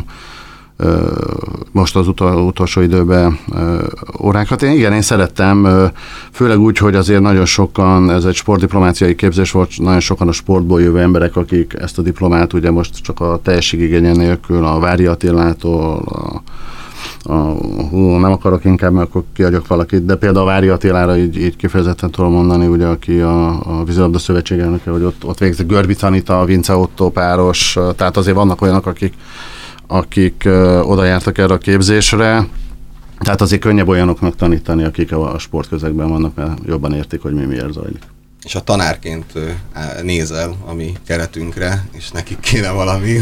most az utolsó időben órákat. Én igen, én szerettem, főleg úgy, hogy azért nagyon sokan, ez egy sportdiplomáciai képzés volt, nagyon sokan a sportból jövő emberek, akik ezt a diplomát ugye most csak a teljességigénye nélkül, a Vári Attilától, a A, hú, nem akarok inkább, mert akkor kiadjak valakit, de például a Vári Attilára így, így kifejezetten tudom mondani, ugye, aki a, a vízilabda szövetség elnöke, hogy ott, ott végzik Görbic Anita, Vince Otto páros, tehát azért vannak olyanok, akik, akik ö, oda jártak erre a képzésre, tehát azért könnyebb olyanoknak tanítani, akik a, a sportközegben vannak, mert jobban értik, hogy mi miért zajlik. És ha tanárként nézel a mi keretünkre, és nekik kéne valami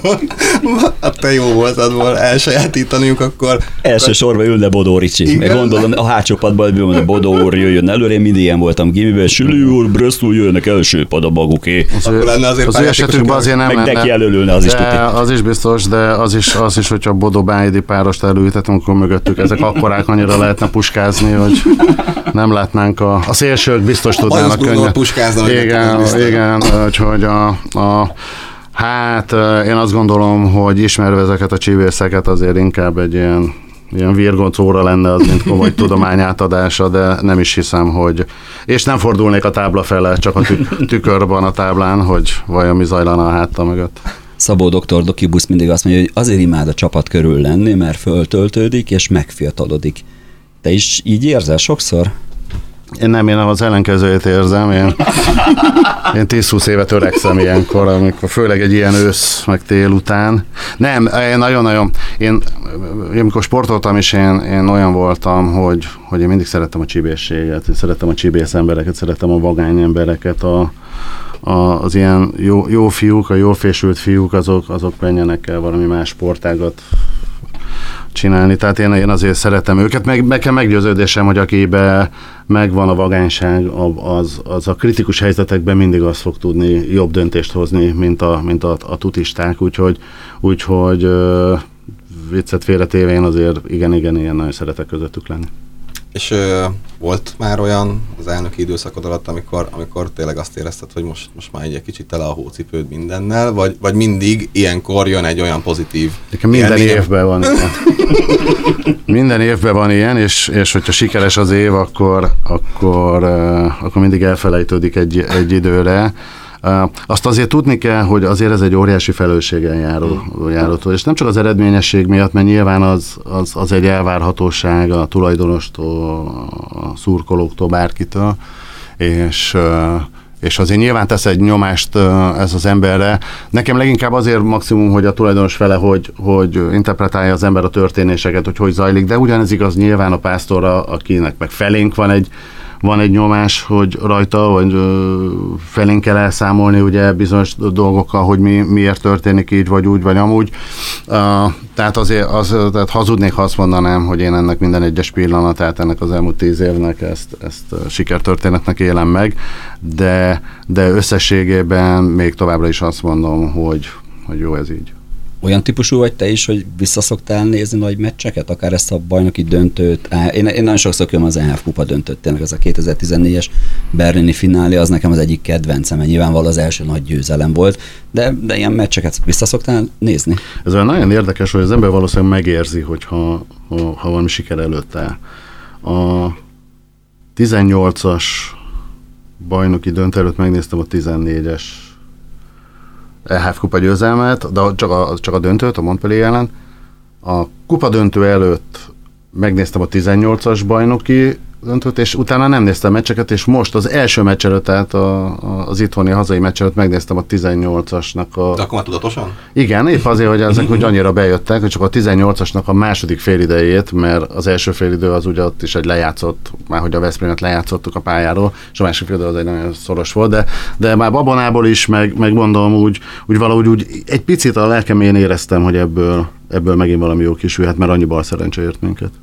a te jó voltadból elsajátítaniuk, akkor... Elsősorban ülne Bodó Ricsi. Meg gondolom, a hátsó padban ülne, a Bodó úr jöjjön előre, én mindig ilyen voltam gimiben, Sülő úr, Brösztúr jöjjenek első pad a maguké. Az, ő, azért az ő esetükben azért nem meg neki előülne, az is tudni. Az is biztos, de az is, az is hogyha Bodó Bájdi párost előültetem, akkor mögöttük ezek akkorák, annyira lehetne puskázni, hogy nem látnánk a, a szélsők biztos tudnának könnyen. Igen, igen, úgyhogy a, a, hát én azt gondolom, hogy ismerve ezeket a csívészeket azért inkább egy ilyen ilyen virgonc óra lenne az, mint komoly tudományátadása, de nem is hiszem, hogy... És nem fordulnék a tábla fele, csak a tük- tükör van a táblán, hogy vajon mi zajlana a hátta mögött. Szabó doktor Dokibusz mindig azt mondja, hogy azért imád a csapat körül lenni, mert föltöltődik és megfiatalodik. Te is így érzel sokszor? Én nem, én az ellenkezőjét érzem, én, én tíz-húsz évet öregszem ilyenkor, amikor főleg egy ilyen ősz, meg tél után. Nem, én nagyon-nagyon, én, én amikor sportoltam is, én, én olyan voltam, hogy, hogy én mindig szerettem a csibészséget, én szerettem a csibész embereket, szerettem a vagány embereket, a, a, az ilyen jó, jó fiúk, a jól fésült fiúk, azok, azok menjenek el valami más sportágat csinálni, tehát én, én azért szeretem őket, meg nekem meggyőződésem, hogy akibe megvan a vagányság, az, az a kritikus helyzetekben mindig azt fog tudni jobb döntést hozni, mint a, mint a, a tutisták, úgyhogy, úgyhogy uh, viccet félretéve én azért igen, igen, igen, nagyon szeretek közöttük lenni. És ö, volt már olyan az elnöki időszakod alatt, amikor, amikor tényleg azt érezted, hogy most, most már egy kicsit tele a hócipőd mindennel, vagy, vagy mindig ilyenkor jön egy olyan pozitív Nekem minden élményem? Évben van ilyen. Minden évben van ilyen, és, és hogyha sikeres az év, akkor, akkor, uh, akkor mindig elfelejtődik egy, egy időre. Uh, azt azért tudni kell, hogy azért ez egy óriási felelősségen járó, járótól, és nem csak az eredményesség miatt, mert nyilván az, az, az egy elvárhatóság a tulajdonostól, a szurkolóktól, bárkitől, és, uh, és azért nyilván tesz egy nyomást uh, ez az emberre. Nekem leginkább azért maximum, hogy a tulajdonos fele, hogy, hogy interpretálja az ember a történéseket, hogy hogy zajlik, de ugyanez igaz nyilván a pásztorra, akinek meg felénk van egy van egy nyomás, hogy rajta, hogy felénk kell elszámolni ugye bizonyos dolgokkal, hogy mi, miért történik így, vagy úgy, vagy amúgy. Uh, tehát azért az, tehát hazudnék, ha azt mondanám, hogy én ennek minden egyes pillanatát, ennek az elmúlt tíz évnek ezt, ezt sikertörténetnek élem meg, de, de összességében még továbbra is azt mondom, hogy, hogy jó ez így. Olyan típusú vagy te is, hogy visszaszoktál nézni nagy meccseket, akár ezt a bajnoki döntőt? Én, én nagyon sokszor köm az en há ef kupa döntőt, tényleg az a kétezer-tizennégyes berlini finálé, az nekem az egyik kedvencem, mert nyilvánvalóan az első nagy győzelem volt, de, de ilyen meccseket visszaszoktál nézni? Ez olyan nagyon érdekes, hogy az ember valószínűleg megérzi, hogyha ha, ha valami siker előtt áll. A tizennyolcas bajnoki döntő előtt megnéztem a tizennégyes en há ef kupa győzelmet, de csak a, csak a döntőt, a Montpellier ellen. A kupa döntő előtt megnéztem a tizennyolcas bajnoki döntőt, és utána nem néztem meccseket, és most az első meccs előtt, tehát a, a, az itthoni hazai meccs előtt megnéztem a tizennyolcasnak a... De akkor már tudatosan? Igen, épp azért, hogy ezek úgy annyira bejöttek, hogy csak a tizennyolcasnak a második félidejét, mert az első félidő az ugye ott is egy lejátszott, már hogy a Veszprémet lejátszottuk a pályáról, és a másik félidő az egy nagyon szoros volt, de, de már babonából is, meg, meg mondom úgy, úgy valahogy úgy egy picit a lelkemén éreztem, hogy ebből, ebből megint valami jó kisülhet, mert annyi bal szerencse ért minket.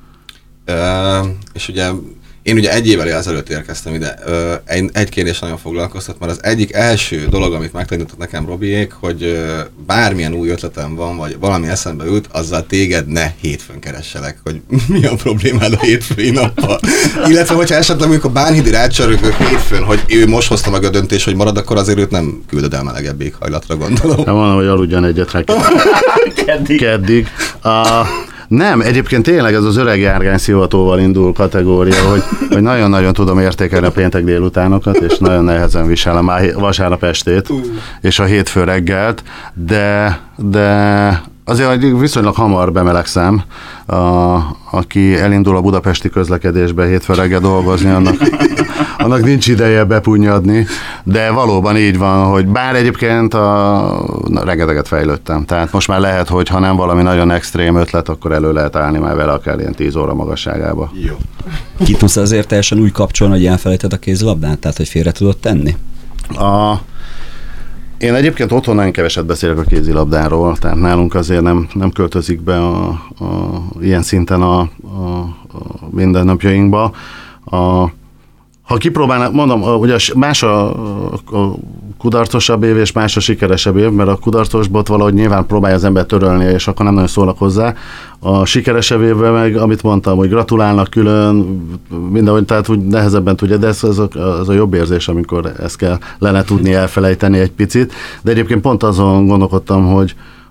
Uh, és ugye én ugye egy évvel ezelőtt érkeztem ide. Uh, egy, egy kérdés nagyon foglalkoztat, mert az egyik első dolog, amit megtanított nekem Robiék, hogy uh, bármilyen új ötletem van, vagy valami eszembe jut, azzal téged ne hétfőn keresselek, hogy mi a problémád a hétfői nappal. Illetve, hogyha esetleg mondjuk a Bánhidi rácsörögök hétfőn, hogy ő most hozta meg a döntést, hogy marad, akkor azért őt nem küldöd el melegebb éghajlatra, gondolom. Hát van, hogy aludjan egyet rá keddig. keddig. Uh, Nem, egyébként tényleg ez az öreg járgány szivatóval indul kategória, hogy, hogy nagyon-nagyon tudom értékelni a péntek délutánokat, és nagyon nehezen viselem már vasárnap estét, és a hétfő reggelt, de, de azért viszonylag hamar bemelegszem, a, aki elindul a budapesti közlekedésbe hétfő reggel dolgozni, annak, annak nincs ideje bepunnyadni, de valóban így van, hogy bár egyébként a, na, rengeteget fejlődtem, tehát most már lehet, hogy ha nem valami nagyon extrém ötlet, akkor elő lehet állni már vele akár ilyen tíz óra magasságába. Jó. Ki tudsz azért teljesen úgy kapcsolni, hogy elfelejted a kézilabdát, tehát hogy félre tudod tenni? A Én egyébként otthon nagyon keveset beszélek a kézilabdáról, tehát nálunk azért nem, nem költözik be a, a, ilyen szinten a, a, a mindennapjainkba. A, ha kipróbálnak, mondom, ugye más a, a kudarcosabb év, és más a sikeresebb év, mert a kudarcosbot valahogy nyilván próbálja az ember törölni, és akkor nem nagyon szólnak hozzá. A sikeresebb évben meg, amit mondtam, hogy gratulálnak külön, mindenhogy, tehát úgy nehezebben tudja, de ez, ez, a, ez a jobb érzés, amikor ezt kell lenne tudni elfelejteni egy picit. De egyébként pont azon gondolkodtam, hogy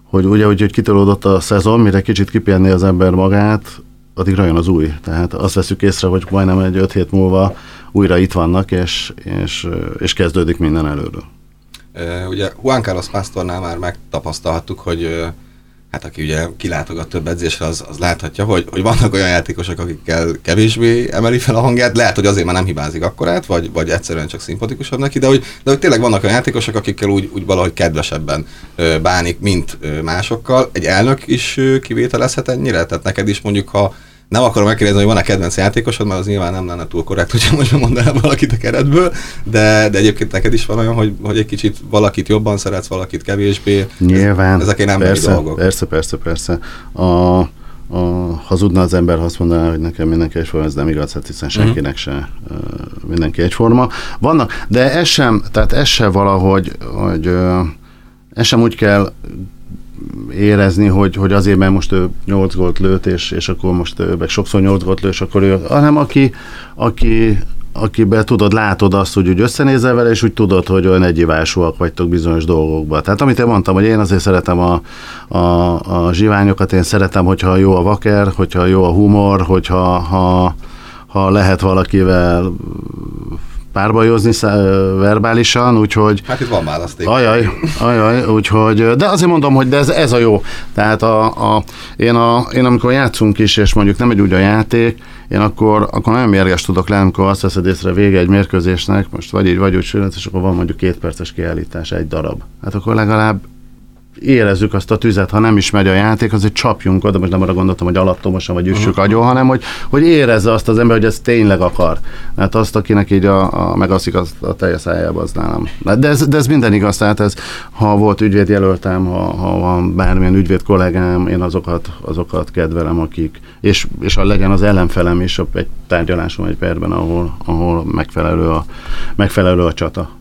hogy ugye, hogy, hogy kitolódott a szezon, mire kicsit kipihenni az ember magát, addigra jön az új. Tehát azt veszük észre, hogy majdnem egy öt hét múlva újra itt vannak, és, és, és kezdődik minden előről. Uh, ugye Juan Carlos Pastornál már megtapasztalhattuk, hogy uh, hát aki ugye kilátogat több edzésre, az, az láthatja, hogy, hogy vannak olyan játékosok, akikkel kevésbé emeli fel a hangját, lehet, hogy azért már nem hibázik akkorát, vagy, vagy egyszerűen csak szimpatikusabb neki, de hogy, de hogy tényleg vannak olyan játékosok, akikkel úgy, úgy valahogy kedvesebben uh, bánik, mint uh, másokkal. Egy elnök is uh, kivételezhet ennyire? Tehát neked is mondjuk, ha nem akarom megkérdezni, hogy van-e kedvenc játékosod, mert az nyilván nem lenne túl korrekt, hogyha most mondanám valakit a keretből, de, de egyébként neked is van olyan, hogy, hogy egy kicsit valakit jobban szeretsz, valakit kevésbé. Nyilván. Ez, ezek nem persze, dolgok. Persze, persze, persze. A, a, hazudna az ember, ha azt mondaná, hogy nekem mindenki egyforma, ez nem igaz, hát hiszen senkinek se uh, mindenki egyforma. Vannak, de ez sem, tehát ez sem valahogy, hogy uh, ez sem úgy kell érezni, hogy, hogy azért, mert most ő nyolc gólt lőtt, és, és akkor most ő meg sokszor nyolc gólt lő, és akkor ő, hanem aki, aki, akiben tudod, látod azt, hogy úgy összenézel vele, és úgy tudod, hogy olyan egyivásúak vagytok bizonyos dolgokban. Tehát amit én mondtam, hogy én azért szeretem a, a, a zsiványokat, én szeretem, hogyha jó a vaker, hogyha jó a humor, hogyha ha, ha lehet valakivel párbajozni verbálisan, úgyhogy... Hát itt van választék. Ajaj, ajaj, úgyhogy... De azért mondom, hogy de ez, ez a jó. Tehát a, a, én, a, én amikor játszunk is, és mondjuk nem egy úgy a játék, én akkor, akkor nagyon mérges tudok lenni, amikor azt veszed észre vége egy mérkőzésnek, most vagy így, vagy úgy sőt, és akkor van mondjuk két perces kiállítás, egy darab. Hát akkor legalább érezzük azt a tüzet, ha nem is megy a játék, azért csapjunk oda, most nem arra gondoltam, hogy alattomosan vagy üssük uh-huh. agyon, hanem hogy, hogy érezze azt az ember, hogy ezt tényleg akar. Hát azt, akinek így a, a megaszik a, a teljes szájába, az nálam. De ez, de ez minden igaz, tehát ez, ha volt ügyvédjelöltem, ha, ha van bármilyen ügyvéd kollégám, én azokat, azokat kedvelem, akik, és, és ha legyen az ellenfelem is egy tárgyaláson, egy perben, ahol, ahol megfelelő, a, megfelelő a csata.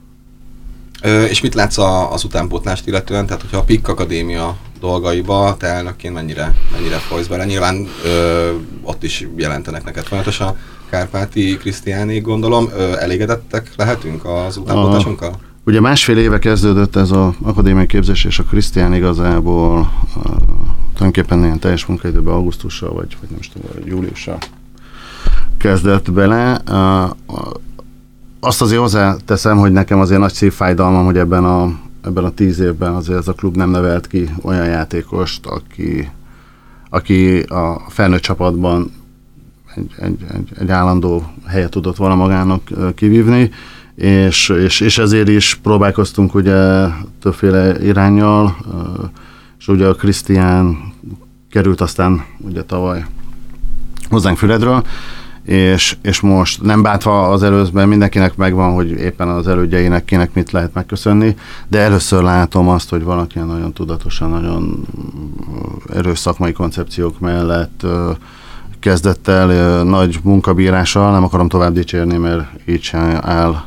Ö, és mit látsz a, az utánpótlást illetően? Tehát, hogyha a P I K Akadémia dolgaiba te elnökként mennyire, mennyire folysz bele? Nyilván ö, ott is jelentenek neked folyamatosan Kárpáti Krisztiánék, gondolom. Ö, elégedettek lehetünk az utánpótlásunkkal? A, ugye másfél éve kezdődött ez az akadémiai képzés, és a Krisztián igazából uh, tulajdonképpen ilyen teljes munkaidőben augusztussal, vagy, vagy nem is tudom, júliussal kezdett bele. Uh, Azt azért hozzáteszem, hogy nekem azért nagy szívfájdalmam, hogy ebben a, ebben a tíz évben azért ez a klub nem nevelt ki olyan játékost, aki, aki a felnőtt csapatban egy, egy, egy, egy állandó helyet tudott volna magának kivívni, és, és, és ezért is próbálkoztunk ugye többféle iránnyal, és ugye a Krisztián került aztán ugye tavaly hozzánk Füredről, És, és most nem bántva az előzben, mindenkinek megvan, hogy éppen az elődjeinek kinek mit lehet megköszönni, de először látom azt, hogy valaki nagyon tudatosan, nagyon erős szakmai koncepciók mellett kezdett el nagy munkabírással, nem akarom tovább dicsérni, mert így sem áll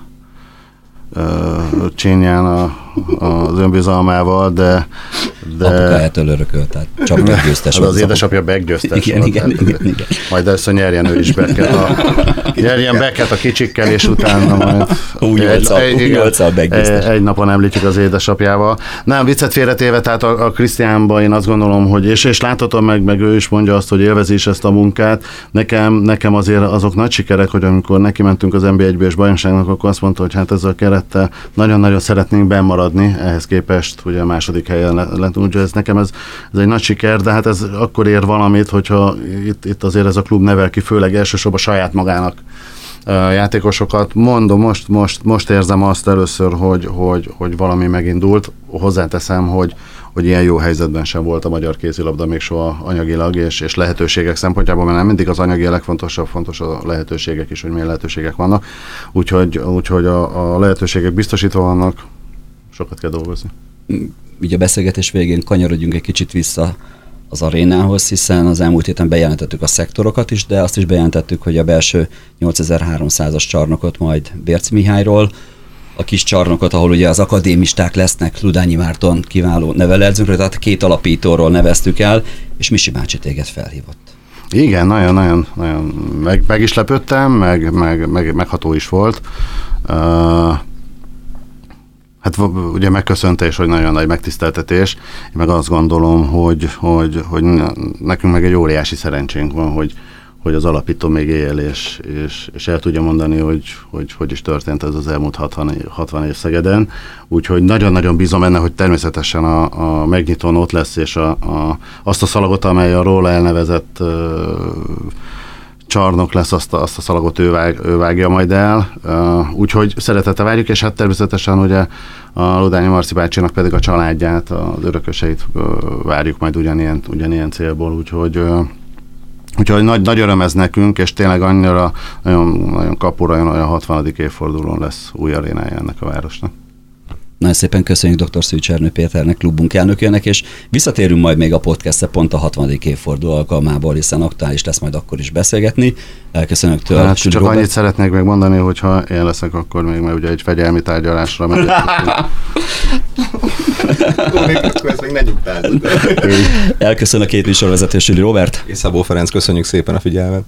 Csényán a, az önbizalmával, de... de apukájától örökölt, tehát csak meggyőztes. Az édesapja meggyőztes. Igen, volt, igen, igen, igen. Majd először nyerjen ő is beket a, nyerjen beket a kicsikkel, és utána majd... Úgy nyolccal meggyőztes. Egy napon említjük az édesapjával. Nem, viccet félretéve, tehát a, a Krisztiánban én azt gondolom, hogy, és, és láthatom meg, meg ő is mondja azt, hogy élvezi is ezt a munkát. Nekem, nekem azért azok nagy sikerek, hogy amikor neki mentünk az en bé egy-es bajnokságnak, akkor azt mondta, hogy hát ezzel a kerettel nagyon-nagyon szeretnénk bennmaradni, ehhez képest ugye a második helyen lett, úgyhogy ez nekem ez, ez egy nagy siker, de hát ez akkor ér valamit, hogyha itt, itt azért ez a klub nevel ki, főleg elsősorban saját magának játékosokat. Mondom, most, most, most érzem azt először, hogy, hogy, hogy valami megindult. Hozzáteszem, hogy, hogy ilyen jó helyzetben sem volt a magyar kézilabda még soha anyagilag, és, és lehetőségek szempontjából, mert nem mindig az anyagi a legfontosabb, fontos a lehetőségek is, hogy milyen lehetőségek vannak. Úgyhogy, úgyhogy a, a lehetőségek biztosítva vannak, sokat kell dolgozni. Ugye a beszélgetés végén kanyarodjunk egy kicsit vissza az arénához, hiszen az elmúlt héten bejelentettük a szektorokat is, de azt is bejelentettük, hogy a belső nyolcezer-háromszázas csarnokot majd Bérci Mihályról, a kis csarnokot, ahol ugye az akadémisták lesznek, Ludányi Márton kiváló nevelőedzőnkről, tehát két alapítóról neveztük el, és Misi bácsi téged felhívott. Igen, nagyon-nagyon nagyon meg, meg is lepődtem, meg, meg, meg megható is volt. Uh, hát ugye megköszöntés, hogy nagyon nagy megtiszteltetés. Én meg azt gondolom, hogy, hogy, hogy nekünk meg egy óriási szerencsénk van, hogy, hogy az alapító még él, és, és, és el tudja mondani, hogy, hogy hogy is történt ez az elmúlt hatvan év Szegeden. Úgyhogy nagyon-nagyon bízom benne, hogy természetesen a, a megnyitón ott lesz, és a, a, azt a szalagot, amely a róla elnevezett uh, csarnok lesz, azt a, azt a szalagot ő, vág, ő vágja majd el. Uh, úgyhogy szeretettel várjuk, és hát természetesen ugye a Ludányi Marci bácsinak pedig a családját, az örököseit uh, várjuk majd ugyanilyen, ugyanilyen célból, úgyhogy uh, Úgyhogy nagy, nagy öröm ez nekünk, és tényleg annyira nagyon, nagyon kapura, olyan hatvanadik évfordulón lesz új arénája ennek a városnak. Nagyon szépen köszönjük dr. Szűcs Ernő Péternek, klubunk elnökének, és visszatérünk majd még a podcastre pont a hatvanadik évforduló alkalmából, hiszen aktuális lesz majd akkor is beszélgetni. Elköszönök tőle. Hát csak Robert. Annyit szeretnék még mondani, hogy ha én leszek, akkor még mert ugye egy fegyelmi tárgyalásra megyek. Ezt még ne nyugtázz. Elköszön a két műsorvezető, Süli Robert. És Szabó Ferenc, köszönjük szépen a figyelmet.